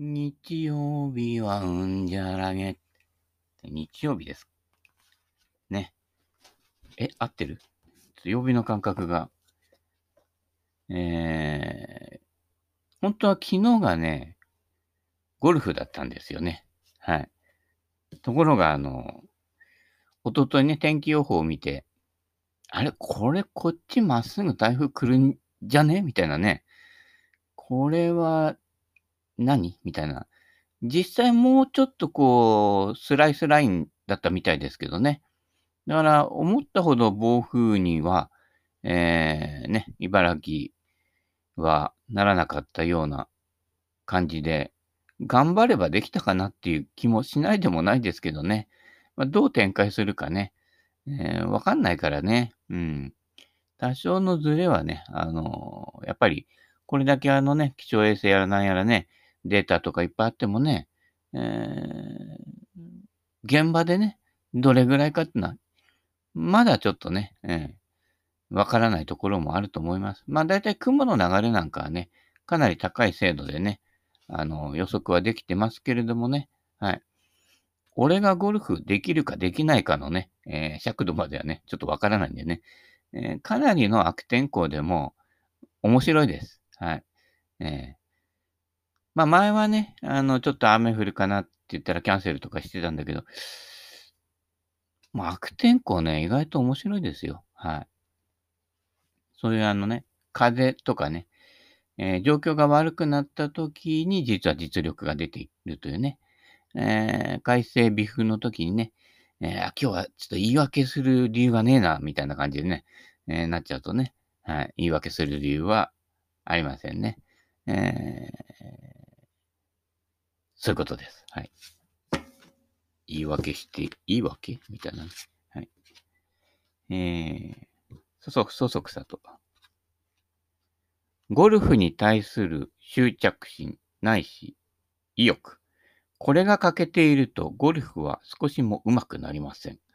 日曜日はうんじゃらげ。日曜日です。ね。合ってる？曜日の感覚が。本当は昨日がね、ゴルフだったんですよね。はい。ところが、一昨日ね、天気予報を見て、あれ、こっちまっすぐ台風来るんじゃねみたいなね。これは何みたいな。実際もうちょっとスライスラインだったみたいですけどね。だから思ったほど暴風には、茨城はならなかったような感じで、頑張ればできたかなっていう気もしないでもないですけどね。どう展開するかね、わかんないからね。うん。多少のズレはね、やっぱりこれだけ気象衛星やらなんやらね、データとかいっぱいあってもね、え現場でね、どれぐらいかってのは、まだちょっとね、わからないところもあると思います。だいたい雲の流れなんかはね、かなり高い精度でね、予測はできてますけれどもね、はい。俺がゴルフできるかできないかのね、尺度まではね、ちょっとわからないんでね、かなりの悪天候でも面白いです。はい。え前はね、ちょっと雨降るかなって言ったらキャンセルとかしてたんだけど、悪天候ね、意外と面白いですよ。はい。そういう風とかね、状況が悪くなった時に、実は実力が出ているというね。改正微風の時にね、今日はちょっと言い訳する理由がねえな、みたいな感じでね、なっちゃうとね、はい、言い訳する理由はありませんね。そういうことです。はい。言い訳して、いいわけみたいなね。はい。そそくさと。ゴルフに対する執着心ないし意欲。これが欠けているとゴルフは少しも上手くなりません。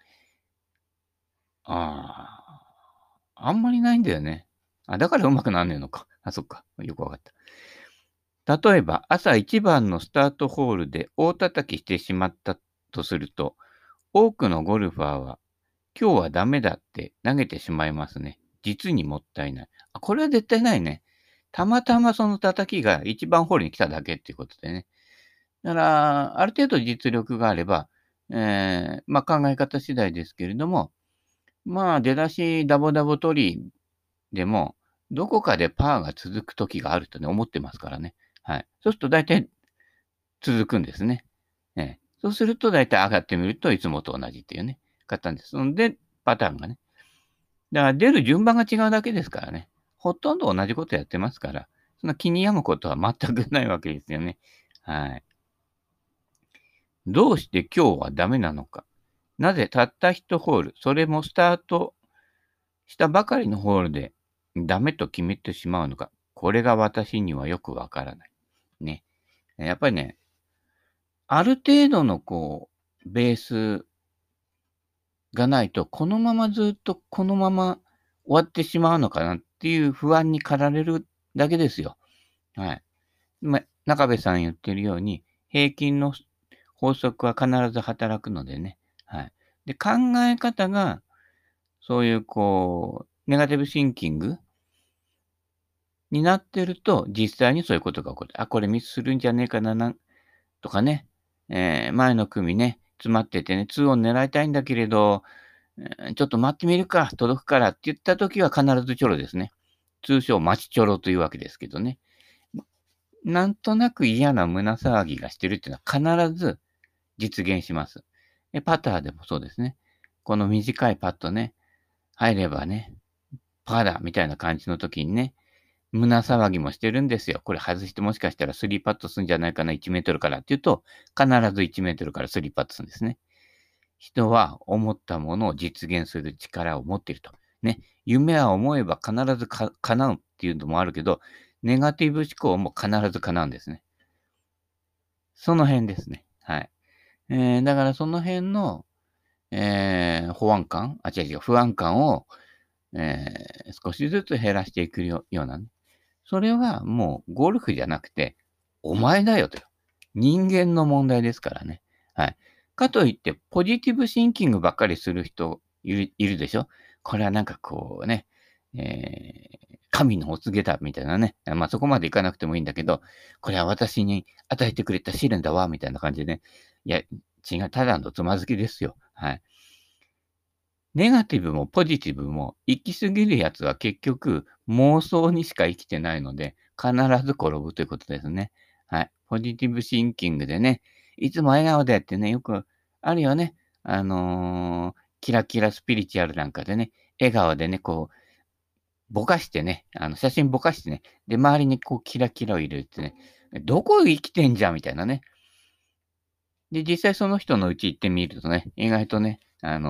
ああんまりないんだよね。だから上手くなんねえのか。そっか。よくわかった。例えば、朝一番のスタートホールで大叩きしてしまったとすると、多くのゴルファーは、今日はダメだって投げてしまいますね。実にもったいない。これは絶対ないね。たまたまその叩きが一番ホールに来ただけっていうことでね。だから、ある程度実力があれば、考え方次第ですけれども、出だしダボダボ取りでも、どこかでパーが続く時があるとね、思ってますからね。はい。そうすると大体続くんですね。そうすると大体上がってみるといつもと同じっていうね、方です。んで、パターンがね。だから出る順番が違うだけですからね。ほとんど同じことやってますから、そんな気に病むことは全くないわけですよね。はい。どうして今日はダメなのか。なぜたった1ホール、それもスタートしたばかりのホールでダメと決めてしまうのか。これが私にはよくわからない。ね。やっぱりね、ある程度のベースがないと、このままずっとこのまま終わってしまうのかなっていう不安に駆られるだけですよ。はい。中部さん言ってるように、平均の法則は必ず働くのでね。はい。で、考え方が、そういうネガティブシンキングになってると、実際にそういうことが起こる。これミスするんじゃねえかな、とかね。前の組ね、詰まっててね、2オン狙いたいんだけれど、ちょっと待ってみるか、届くからって言った時は必ずチョロですね。通称待ちチョロというわけですけどね。なんとなく嫌な胸騒ぎがしてるっていうのは必ず実現します。パターでもそうですね。この短いパットね、入ればね、パーだみたいな感じの時にね、胸騒ぎもしてるんですよ。これ外してもしかしたら3パットするんじゃないかな、1メートルからって言うと、必ず1メートルから3パットするんですね。人は思ったものを実現する力を持っていると。ね。夢は思えば必ず叶うっていうのもあるけど、ネガティブ思考も必ず叶うんですね。その辺ですね。はい。だからその辺の、保安感違う、不安感を、少しずつ減らしていくようなね。それはもうゴルフじゃなくて、お前だよと。 人間の問題ですからね。はい。かといって、ポジティブシンキングばっかりする人いるでしょ。これはなんかこうね、神のお告げだみたいなね。まあそこまでいかなくてもいいんだけど、これは私に与えてくれた試練だわ、みたいな感じでね。いや、違う、ただのつまずきですよ。はい。ネガティブもポジティブも行き過ぎるやつは結局妄想にしか生きてないので、必ず転ぶということですね。はい。ポジティブシンキングでね、いつも笑顔でってね、よくあるよね。キラキラスピリチュアルなんかでね、笑顔でね、こう、ぼかしてね、写真ぼかしてね、で、周りにこうキラキラを入れてね、どこ生きてんじゃんみたいなね。で、実際その人のうち行ってみるとね、意外とね、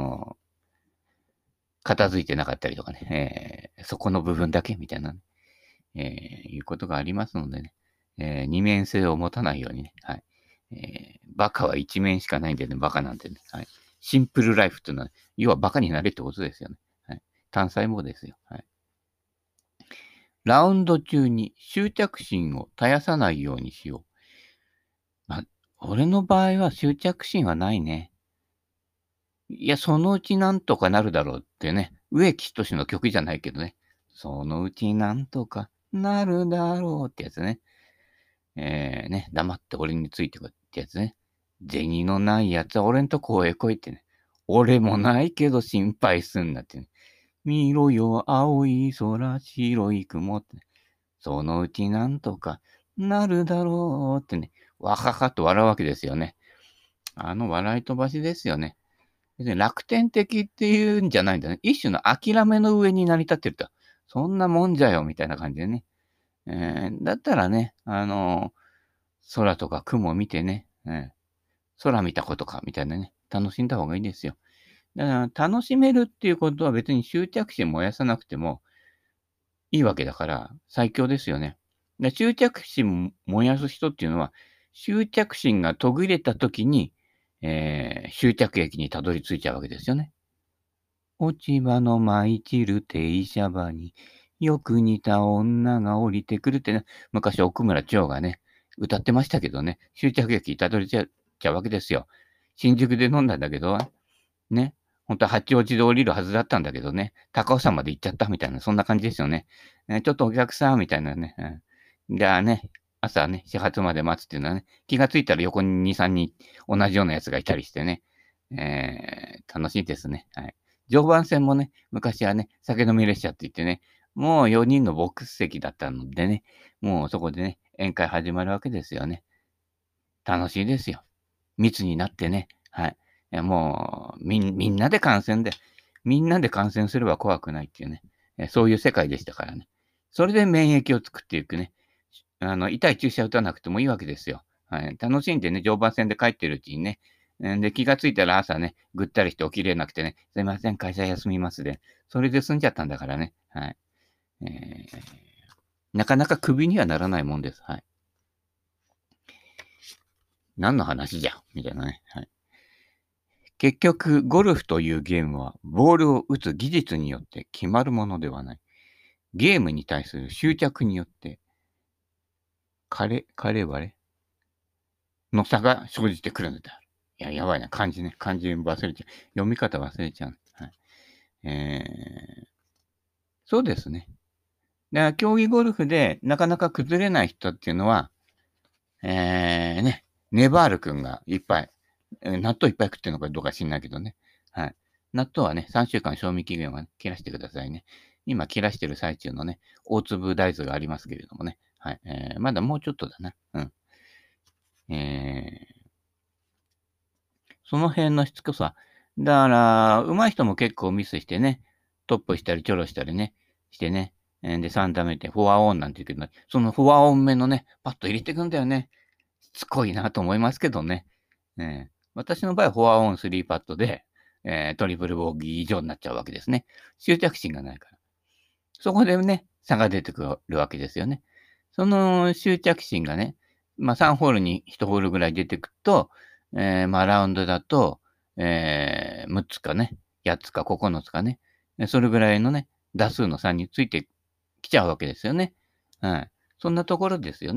片付いてなかったりとかね、そこの部分だけみたいなね、いうことがありますのでね、二面性を持たないようにね、はい。バカは一面しかないんでね、バカなんてね、はい。シンプルライフっていうのは、要はバカになれってことですよね。はい。単細胞ですよ。はい。ラウンド中に執着心を絶やさないようにしよう。ま、俺の場合は執着心はないね。いや、そのうちなんとかなるだろうってね、植木等の曲じゃないけどね、そのうちなんとかなるだろうってやつね。ね、黙って俺についてこいってやつね。銭のないやつは俺んとこへ来いってね。俺もないけど心配すんなってね。見ろよ、青い空、白い雲ってね。そのうちなんとかなるだろうってね。わははと笑うわけですよね。笑い飛ばしですよね。別に楽天的っていうんじゃないんだね。一種の諦めの上に成り立ってると。そんなもんじゃよ、みたいな感じでね。だったらね、空とか雲を見てね、空見たことか、みたいなね、楽しんだ方がいいですよ。だから楽しめるっていうことは別に執着心燃やさなくてもいいわけだから、最強ですよね。で執着心燃やす人っていうのは、執着心が途切れた時に、終着駅にたどり着いちゃうわけですよね。落ち葉の舞い散る停車場によく似た女が降りてくるってね、昔奥村長がね、歌ってましたけどね、終着駅にたどり着いちゃうわけですよ。新宿で飲んだんだけど、ね、本当は八王子で降りるはずだったんだけどね、高尾山まで行っちゃったみたいな、そんな感じですよね。ちょっとお客さんみたいなね、じゃあね、朝ね、始発まで待つっていうのはね、気がついたら横に2、3人同じようなやつがいたりしてね、楽しいですね。はい。常磐線もね、昔はね、酒飲み列車って言ってね、もう4人のボックス席だったのでね、もうそこでね、宴会始まるわけですよね。楽しいですよ。密になってね、はい。もう、みんなで観戦で、みんなで観戦すれば怖くないっていうね、そういう世界でしたからね。それで免疫を作っていくね。痛い注射打たなくてもいいわけですよ。はい。楽しんでね、常磐線で帰ってるうちにね、で、気がついたら朝ね、ぐったりして起きれなくてね、すいません、会社休みますで、それで済んじゃったんだからね。はい。えーなかなかクビにはならないもんです。はい。何の話じゃみたいなね。はい。結局、ゴルフというゲームは、ボールを打つ技術によって決まるものではない。ゲームに対する執着によって、彼々の差が生じてくるのである。いや、やばいな。漢字ね。漢字忘れちゃう。読み方忘れちゃう。はい。そうですね。だから競技ゴルフでなかなか崩れない人っていうのは、ね、ネバール君がいっぱい、納豆いっぱい食ってるのかどうか知んないけどね。はい。納豆はね、3週間賞味期限はね、切らしてくださいね。今切らしてる最中のね、大粒大豆がありますけれどもね。はい。まだもうちょっとだな。うん。その辺のしつこさ。だから、上手い人も結構ミスしてね、トップしたりチョロしたりね、してね。で、3打目でフォアオンなんて言うけどね、そのフォアオン目のね、パッと入れてくんだよね。しつこいなと思いますけどね。私の場合はフォアオン3パットで、トリプルボギー以上になっちゃうわけですね。執着心がないから。そこでね、差が出てくるわけですよね。その執着心がね、3ホールに1ホールぐらい出てくると、ラウンドだと、6つかね、8つか9つかね、それぐらいのね、打数の差についてきちゃうわけですよね。はい。そんなところですよね。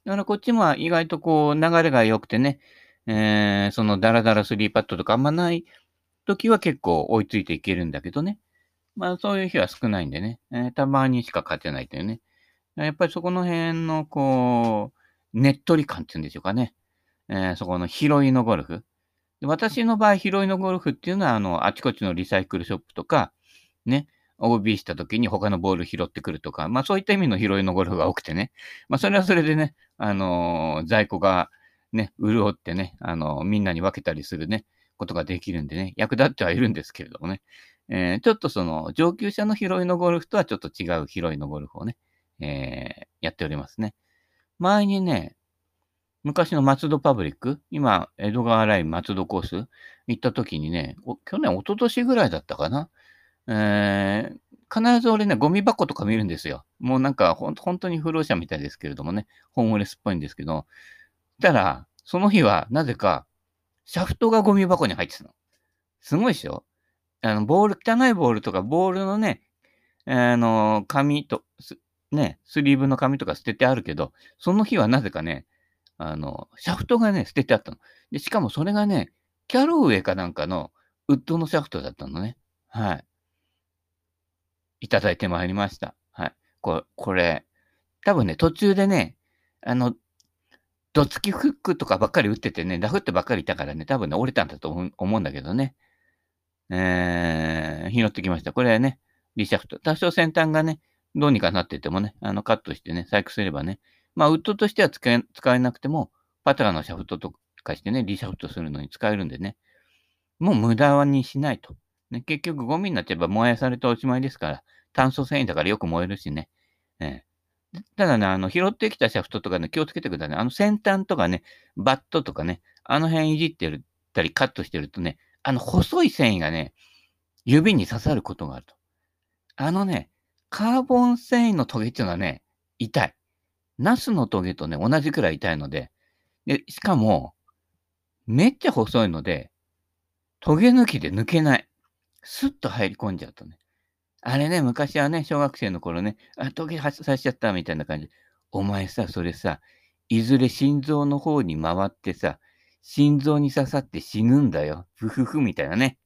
だからこっちも意外とこう流れが良くてね、そのダラダラスリーパットとかあんまない時は結構追いついていけるんだけどね。まあそういう日は少ないんでね、たまにしか勝てないというね。やっぱりそこの辺のこう、ねっとり感っていうんでしょうかね。そこの拾いのゴルフ。で、私の場合、拾いのゴルフっていうのは、あちこちのリサイクルショップとか、ね、OB した時に他のボール拾ってくるとか、まあそういった意味の拾いのゴルフが多くてね。まあそれはそれでね、在庫がね、潤ってね、みんなに分けたりするね、ことができるんでね、役立ってはいるんですけれどもね。ちょっとその上級者の拾いのゴルフとはちょっと違う拾いのゴルフをね、やっておりますね。前にね、昔の松戸パブリック、今、江戸川ライン松戸コース行った時にね、去年、一昨年ぐらいだったかな。必ず俺ね、ゴミ箱とか見るんですよ。もうなんか、本当に不老者みたいですけれどもね、ホームレスっぽいんですけど、したら、その日はなぜか、シャフトがゴミ箱に入ってたの。すごいでしょ？汚いボールとか、ボールのね、紙と、スリーブの紙とか捨ててあるけど、その日はなぜかね、シャフトがね、捨ててあったの。で、しかもそれがね、キャロウェイかなんかのウッドのシャフトだったのね。はい。いただいてまいりました。はい。これ、多分ね、途中でね、あの、どつきフックとかばっかり打っててね、ダフってばっかりいたからね、多分ね、折れたんだと思うんだけどね。拾ってきました。これね、リシャフト。多少先端がね、どうにかなっててもね、カットしてね、細工すればね、まあ、ウッドとしては使えなくても、パターのシャフトとかしてね、リシャフトするのに使えるんでね、もう無駄にしないと。ね、結局ゴミになっちゃえば燃やされておしまいですから、炭素繊維だからよく燃えるしね。えただね、拾ってきたシャフトとかね、気をつけてくださいね。先端とかね、バットとかね、あの辺いじってるたりカットしてるとね、細い繊維がね、指に刺さることがあると。あのね、カーボン繊維のトゲっていうのはね、痛い。ナスのトゲとね、同じくらい痛いので、で、しかも、めっちゃ細いので、トゲ抜きで抜けない。スッと入り込んじゃうとね。あれね、昔はね、小学生の頃ね、トゲ刺しちゃったみたいな感じ。お前さ、それさ、いずれ心臓の方に回ってさ、心臓に刺さって死ぬんだよ。ふふふみたいなね。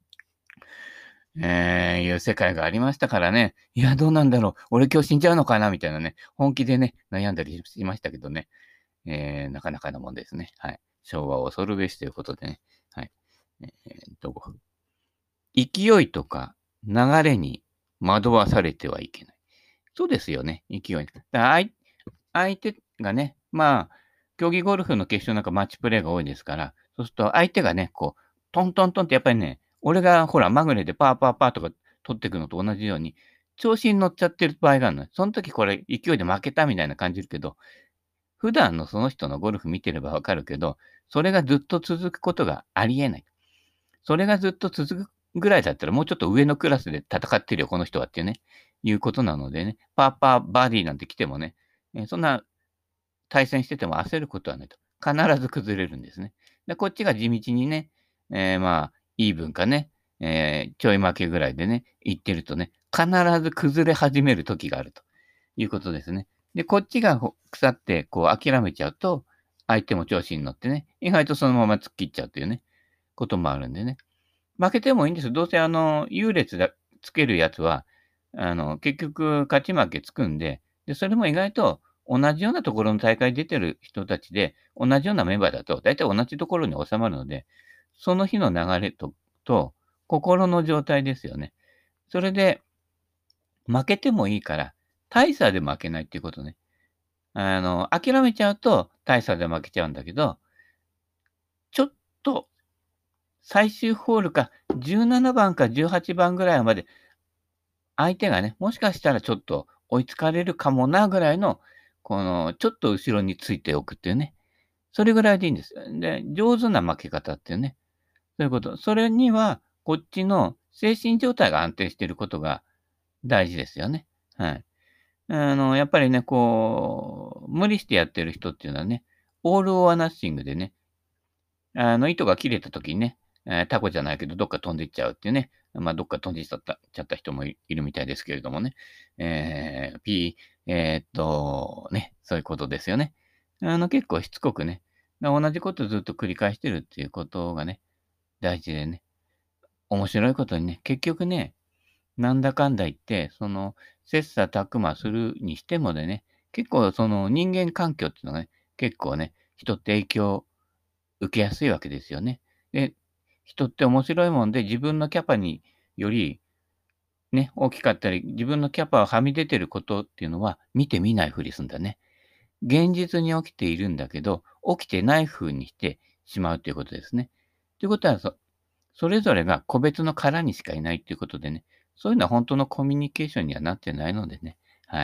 いう世界がありましたからね。いや、どうなんだろう。俺今日死んじゃうのかなみたいなね、本気でね、悩んだりしましたけどね。なかなかなもんですね。はい。昭和を恐るべしということでね。はい。えーっと、勢いとか流れに惑わされてはいけない。そうですよね、勢い。だから相手がね、まあ、競技ゴルフの決勝なんかマッチプレーが多いですから、そうすると相手がね、こう、トントントンってやっぱりね、俺がほら、まぐれでパーパーパーとか取っていくのと同じように、調子に乗っちゃってる場合があるのよ。その時これ勢いで負けたみたいな感じるけど、普段のその人のゴルフ見てればわかるけど、それがずっと続くことがありえない。それがずっと続くぐらいだったら、もうちょっと上のクラスで戦ってるよ、この人はっていうね、いうことなのでね、パーパーバーディーなんて来てもね、そんな対戦してても焦ることはないと。必ず崩れるんですね。で、こっちが地道にね、まあ、イーブンかね、ちょい負けぐらいでね、行ってるとね、必ず崩れ始める時があるということですね。で、こっちが腐って、こう諦めちゃうと、相手も調子に乗ってね、意外とそのまま突っ切っちゃうというね、こともあるんでね。負けてもいいんですよ。どうせ優劣つけるやつは、結局勝ち負けつくんで、で、それも意外と同じようなところの大会に出てる人たちで、同じようなメンバーだと、大体同じところに収まるので、その日の流れと心の状態ですよね。それで、負けてもいいから、大差で負けないっていうことね。諦めちゃうと大差で負けちゃうんだけど、ちょっと最終ホールか、17番か18番ぐらいまで、相手がね、もしかしたらちょっと追いつかれるかもなぐらいの、この、ちょっと後ろについておくっていうね。それぐらいでいいんです。で、上手な負け方っていうね。そういうこと。それには、こっちの精神状態が安定していることが大事ですよね。はい。やっぱりね、こう、無理してやってる人っていうのはね、オールオアナッシングでね、糸が切れた時にね、タコじゃないけど、どっか飛んでいっちゃうっていうね。まあ、どっか飛んでいっちゃった人もいるみたいですけれどもね。えーピー、ね、そういうことですよね。 結構しつこくね、同じことずっと繰り返してるっていうことがね、大事でね、面白いことにね、結局ね、なんだかんだ言って、切磋琢磨するにしてもでね、結構その人間環境っていうのがね、結構ね、人って影響受けやすいわけですよね。で、人って面白いもんで、自分のキャパによりね、大きかったり、自分のキャパをはみ出てることっていうのは、見て見ないふりすんだね。現実に起きているんだけど、起きてない風にしてしまうということですね。ということは、それぞれが個別の殻にしかいないっていうことでね、そういうのは本当のコミュニケーションにはなってないのでね、はい。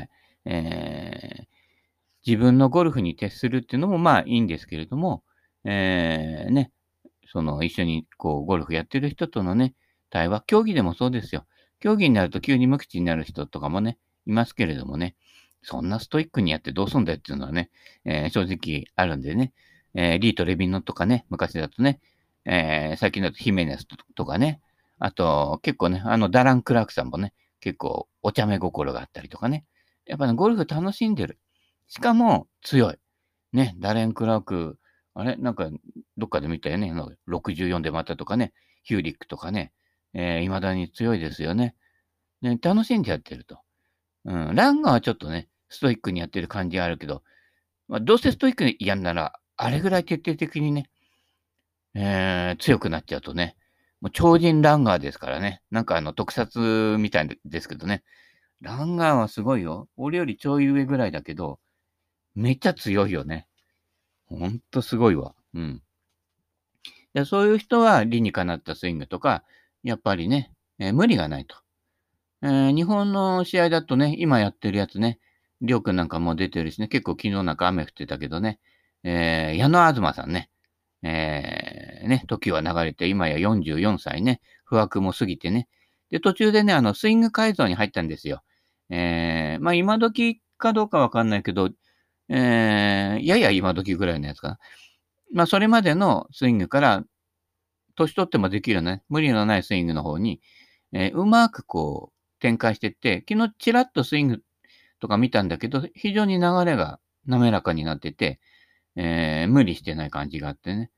自分のゴルフに徹するっていうのもまあいいんですけれども、ね、一緒にこうゴルフやってる人とのね、対話、競技でもそうですよ。競技になると急に無口になる人とかもね、いますけれどもね、そんなストイックにやってどうすんだよっていうのはね、正直あるんでね、リート・レビノとかね、昔だとね、最近だとヒメネスとかね、あと結構ね、ダラン・クラークさんもね、結構お茶目心があったりとかね、やっぱね、ゴルフ楽しんでる。しかも強い。ね、ダレン・クラーク、あれ、なんか、どっかで見たよね。64でまたとかね、ヒューリックとかね、未だに強いですよね。ね、楽しんじゃってると。うん、ランガーはちょっとね、ストイックにやってる感じがあるけど、どうせストイックにやんなら、あれぐらい徹底的にね、強くなっちゃうとね、もう超人ランガーですからね。なんか特撮みたいですけどね。ランガーはすごいよ。俺よりちょい上ぐらいだけど、めっちゃ強いよね。ほんとすごいわ。うん。で、そういう人は理にかなったスイングとか、やっぱりね、無理がないと。日本の試合だとね、今やってるやつね、りょうくんなんかも出てるしね、結構昨日なんか雨降ってたけどね、矢野東さんね、時は流れて、今や44歳ね、不惑も過ぎてね。で、途中でね、スイング改造に入ったんですよ。今時かどうかわかんないけど、やや今時ぐらいのやつかな。それまでのスイングから年取ってもできるね、無理のないスイングの方に、うまくこう展開してって、昨日ちらっとスイングとか見たんだけど、非常に流れが滑らかになってて、無理してない感じがあってね、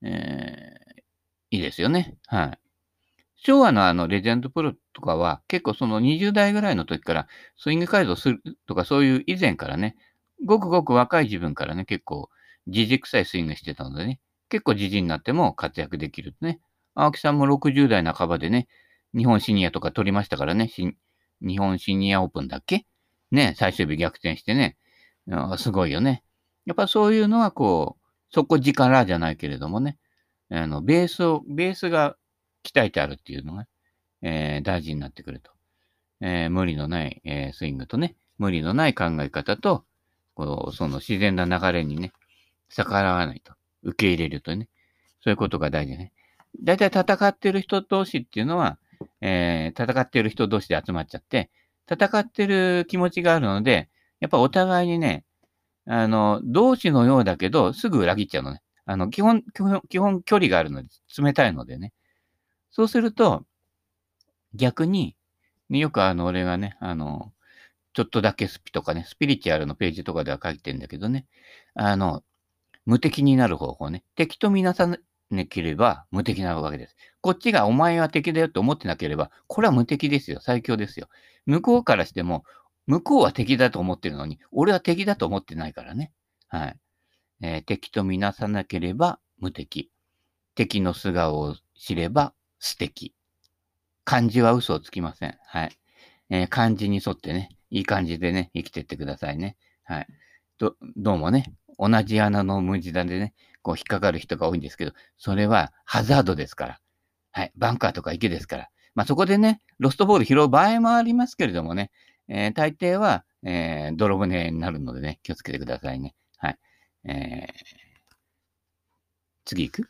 いいですよね。はい。昭和のレジェンドプロとかは、結構その20代ぐらいの時からスイング改造するとかそういう以前からね、ごくごく若い自分からね、結構じじくさいスイングしてたのでね、結構じじになっても活躍できるね。青木さんも60代半ばでね、日本シニアとか取りましたからね、日本シニアオープンだっけね、最終日逆転してね、すごいよね。やっぱそういうのはこう、底力じゃないけれどもね、ベースが鍛えてあるっていうのが、大事になってくると。無理のない、スイングとね、無理のない考え方と、その自然な流れにね、逆らわないと。受け入れるとね。そういうことが大事ね。だいたい戦ってる人同士っていうのは、戦ってる人同士で集まっちゃって、戦ってる気持ちがあるので、やっぱお互いにね、同志のようだけど、すぐ裏切っちゃうのね。基本距離があるので、冷たいのでね。そうすると、逆に、ね、よく俺がね、ちょっとだけスピとかね、スピリチュアルのページとかでは書いてんだけどね、あの、無敵になる方法ね。敵と見なさなければ無敵なわけです。こっちがお前は敵だよって思ってなければ、これは無敵ですよ。最強ですよ。向こうからしても、向こうは敵だと思ってるのに、俺は敵だと思ってないからね。はい。敵と見なさなければ無敵。敵の素顔を知れば素敵。漢字は嘘をつきません。はい。漢字に沿ってね、いい感じでね、生きてってくださいね。はい。どうもね、同じ穴の無地段でね、こう引っかかる人が多いんですけど、それはハザードですから。はい。バンカーとか池ですから。そこでね、ロストボール拾う場合もありますけれどもね、大抵は、泥船になるのでね、気をつけてくださいね。はい。次行く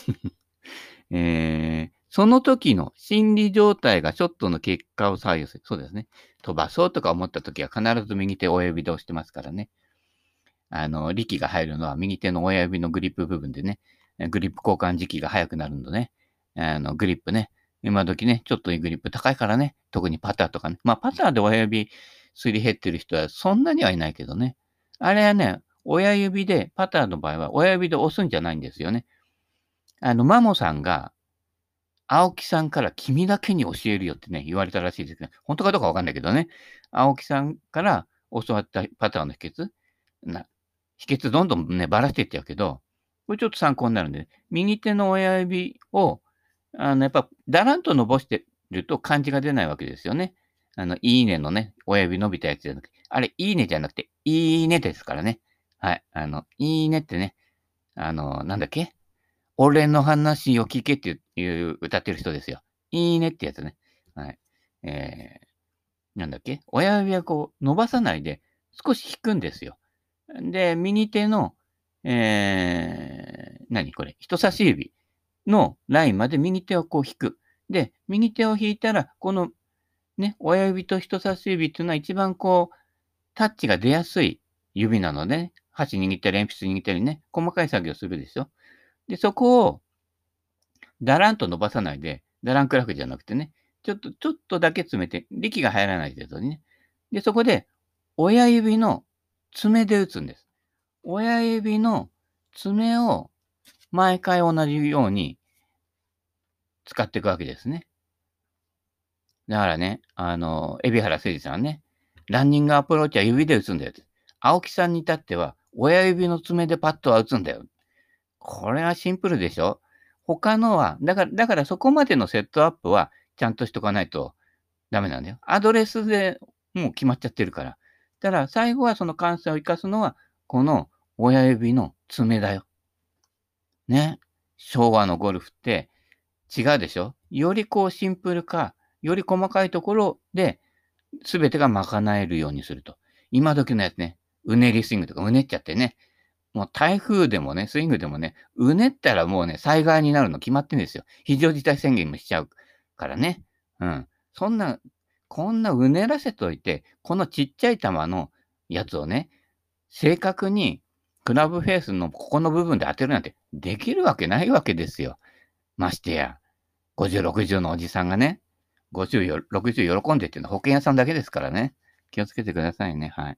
その時の心理状態がショットの結果を左右する。そうですね。飛ばそうとか思った時は必ず右手親指で押してますからね。力が入るのは右手の親指のグリップ部分でね、グリップ交換時期が早くなるのでね、グリップね、今時ね、ちょっとグリップ高いからね、特にパターとかね。パターで親指すり減ってる人はそんなにはいないけどね。あれはね、 親指で、パターの場合は親指で押すんじゃないんですよね。マモさんが、青木さんから君だけに教えるよってね、言われたらしいですけど、本当かどうかわかんないけどね。青木さんから教わったパターの秘訣秘訣どんどんね、ばらしていっちゃうけど、これちょっと参考になるんで、右手の親指を、やっぱ、だらんと伸ばしてると漢字が出ないわけですよね。いいねのね、親指伸びたやつじゃなくて、あれ、いいねじゃなくて、いいねですからね。はい。いいねってね、なんだっけ俺の話を聞けっていう歌ってる人ですよ。いいねってやつね。はい。えなんだっけ親指はこう伸ばさないで少し引くんですよ。で、右手の、何これ人差し指のラインまで右手をこう引く。で、右手を引いたら、このね、親指と人差し指っていうのは一番こう、タッチが出やすい指なので、ね、箸握ったり鉛筆握ったりね、細かい作業するでしょ。で、そこをだらんと伸ばさないで、だらんクラフじゃなくてね、ちょっとだけ詰めて、力が入らない程度にね。で、そこで、親指の爪で打つんです。親指の爪を毎回同じように使っていくわけですね。だからね、海老原誠司さんね、ランニングアプローチは指で打つんだよって。青木さんに至っては、親指の爪でパットは打つんだよ。これはシンプルでしょ。他のは、だからそこまでのセットアップはちゃんとしとかないとダメなんだよ。アドレスでもう決まっちゃってるから。だから最後はその感性を生かすのは、この親指の爪だよ。ね。昭和のゴルフって違うでしょ。よりこうシンプルか、より細かいところで全てが賄えるようにすると。今時のやつね、うねりスイングとかうねっちゃってね、もう台風でもね、スイングでもね、うねったらもうね、災害になるの決まってんですよ。非常事態宣言もしちゃうからね。うん。こんなうねらせといて、このちっちゃい球のやつをね、正確にクラブフェースのここの部分で当てるなんてできるわけないわけですよ。ましてや、50、60のおじさんがね、50、60喜んでっていうのは保険屋さんだけですからね。気をつけてくださいね。はい。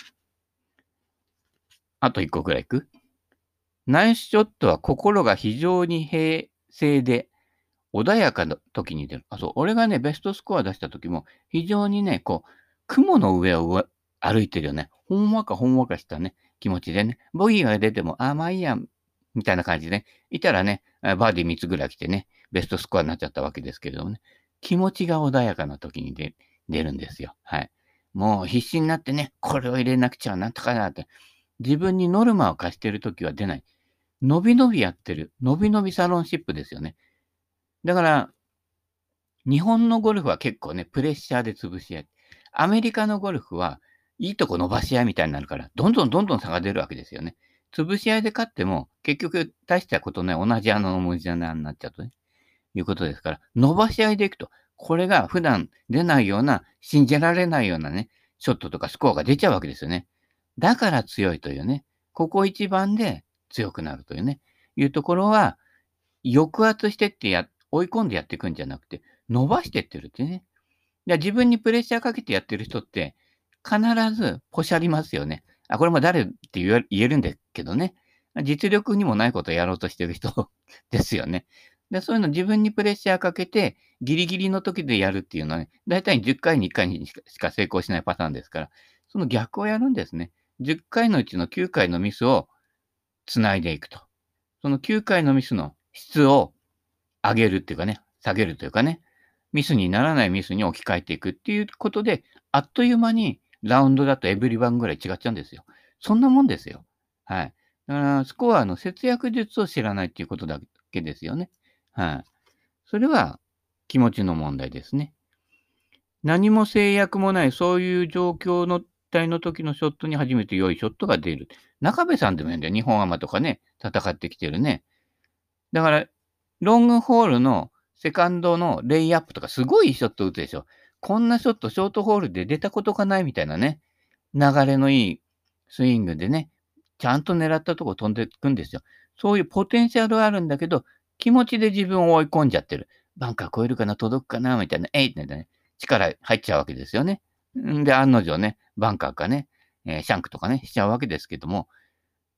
あと1個ぐらいいくナイスショットは心が非常に平静で穏やかな時に出る。そう、俺がね、ベストスコア出した時も、非常にね、こう、雲の上を歩いてるよね。ほんわかほんわかしたね、気持ちでね。ボギーが出ても、まあいいや、みたいな感じでね。いたらね、バーディー3つぐらい来てね、ベストスコアになっちゃったわけですけれどもね。気持ちが穏やかな時に出るんですよ。はい。もう必死になってね、これを入れなくちゃなんとかなって。自分にノルマを課してる時は出ない。のびのびやってる。のびのびサロンシップですよね。だから、日本のゴルフは結構ね、プレッシャーで潰し合い。アメリカのゴルフは、いいとこ伸ばし合いみたいになるから、どんどんどんどん差が出るわけですよね。潰し合いで勝っても、結局大したことない同じ穴の無地穴になっちゃうとね、いうことですから、伸ばし合いでいくと、これが普段出ないような、信じられないようなね、ショットとかスコアが出ちゃうわけですよね。だから強いというね、ここ一番で強くなるというね、いうところは、抑圧してって追い込んでやっていくんじゃなくて、伸ばしてってるってね。自分にプレッシャーかけてやってる人って、必ずポシャりますよね。これも誰って言えるんだけどね。実力にもないことをやろうとしてる人ですよね。そういうの自分にプレッシャーかけて、ギリギリの時でやるっていうのはね、だいたい10回に1回にしか成功しないパターンですから、その逆をやるんですね。10回のうちの9回のミスを繋いでいくと。その9回のミスの質を上げるっていうかね、下げるというかね、ミスにならないミスに置き換えていくっていうことで、あっという間にラウンドだとエブリワンぐらい違っちゃうんですよ。そんなもんですよ。はい。だからスコアの節約術を知らないっていうことだけですよね。はい。それは気持ちの問題ですね。何も制約もない、そういう状況の体の時のショットに初めて良いショットが出る。中部さんでもいいんだよ。日本アマとかね、戦ってきてるね。だから、ロングホールのセカンドのレイアップとかすごいショット打つでしょ。こんなショットショートホールで出たことがないみたいなね、流れのいいスイングでね、ちゃんと狙ったとこ飛んでいくんですよ。そういうポテンシャルはあるんだけど、気持ちで自分を追い込んじゃってる。バンカー越えるかな、届くかな、みたいな、えいってね、力入っちゃうわけですよね。んで、案の定ね、バンカーかね、シャンクとかね、しちゃうわけですけども、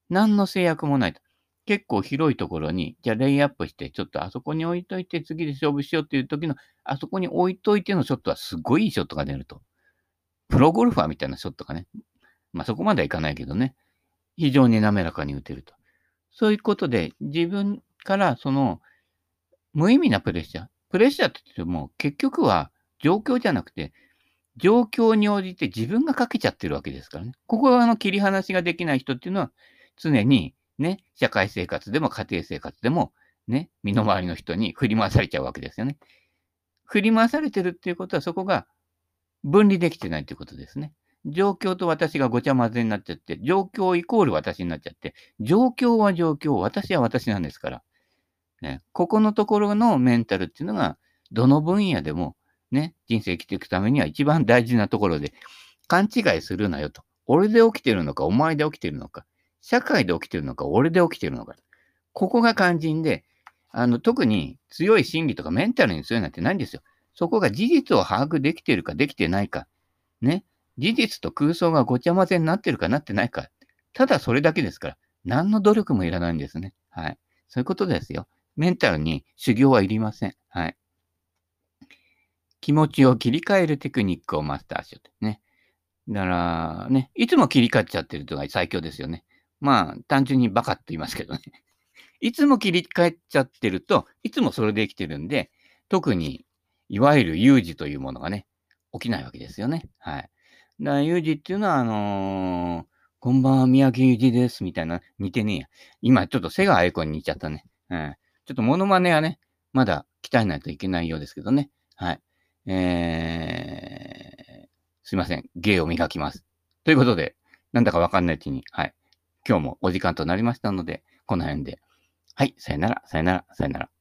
何の制約もないと。結構広いところに、じゃあレイアップして、ちょっとあそこに置いといて、次で勝負しようっていう時の、あそこに置いといてのショットはすごいいいショットが出ると。プロゴルファーみたいなショットがね、そこまではいかないけどね、非常に滑らかに打てると。そういうことで、自分から無意味なプレッシャー。プレッシャーって言っても、結局は状況じゃなくて、状況に応じて自分がかけちゃってるわけですからね。ここは切り離しができない人っていうのは、常にね、社会生活でも家庭生活でも、ね、身の回りの人に振り回されちゃうわけですよね。振り回されてるっていうことは、そこが分離できてないということですね。状況と私がごちゃ混ぜになっちゃって、状況イコール私になっちゃって、状況は状況、私は私なんですから。ね、ここのところのメンタルっていうのが、どの分野でも、ね、人生生きていくためには一番大事なところで、勘違いするなよと。俺で起きてるのか、お前で起きてるのか、社会で起きてるのか、俺で起きてるのか。ここが肝心で、特に強い心理とかメンタルに強いなんてないんですよ。そこが事実を把握できてるかできてないか。ね。事実と空想がごちゃ混ぜになってるかなってないか。ただそれだけですから。何の努力もいらないんですね。はい。そういうことですよ。メンタルに修行はいりません。はい。気持ちを切り替えるテクニックをマスターしようとね。だからね、いつも切り替えちゃってるのが最強ですよね。単純にバカって言いますけどね。いつも切り替えちゃってると、いつもそれで生きてるんで、特に、いわゆる有事というものがね、起きないわけですよね。はい。だから有事っていうのは、こんばんは、三宅裕二です、みたいな、似てねえや。今ちょっと瀬川瑛子に似ちゃったね。うん。ちょっとモノマネはね、まだ鍛えないといけないようですけどね。はい。すいません。芸を磨きます。ということで、なんだかわかんないうちに、はい。今日もお時間となりましたので、この辺で。はい、さよなら、さよなら、さよなら。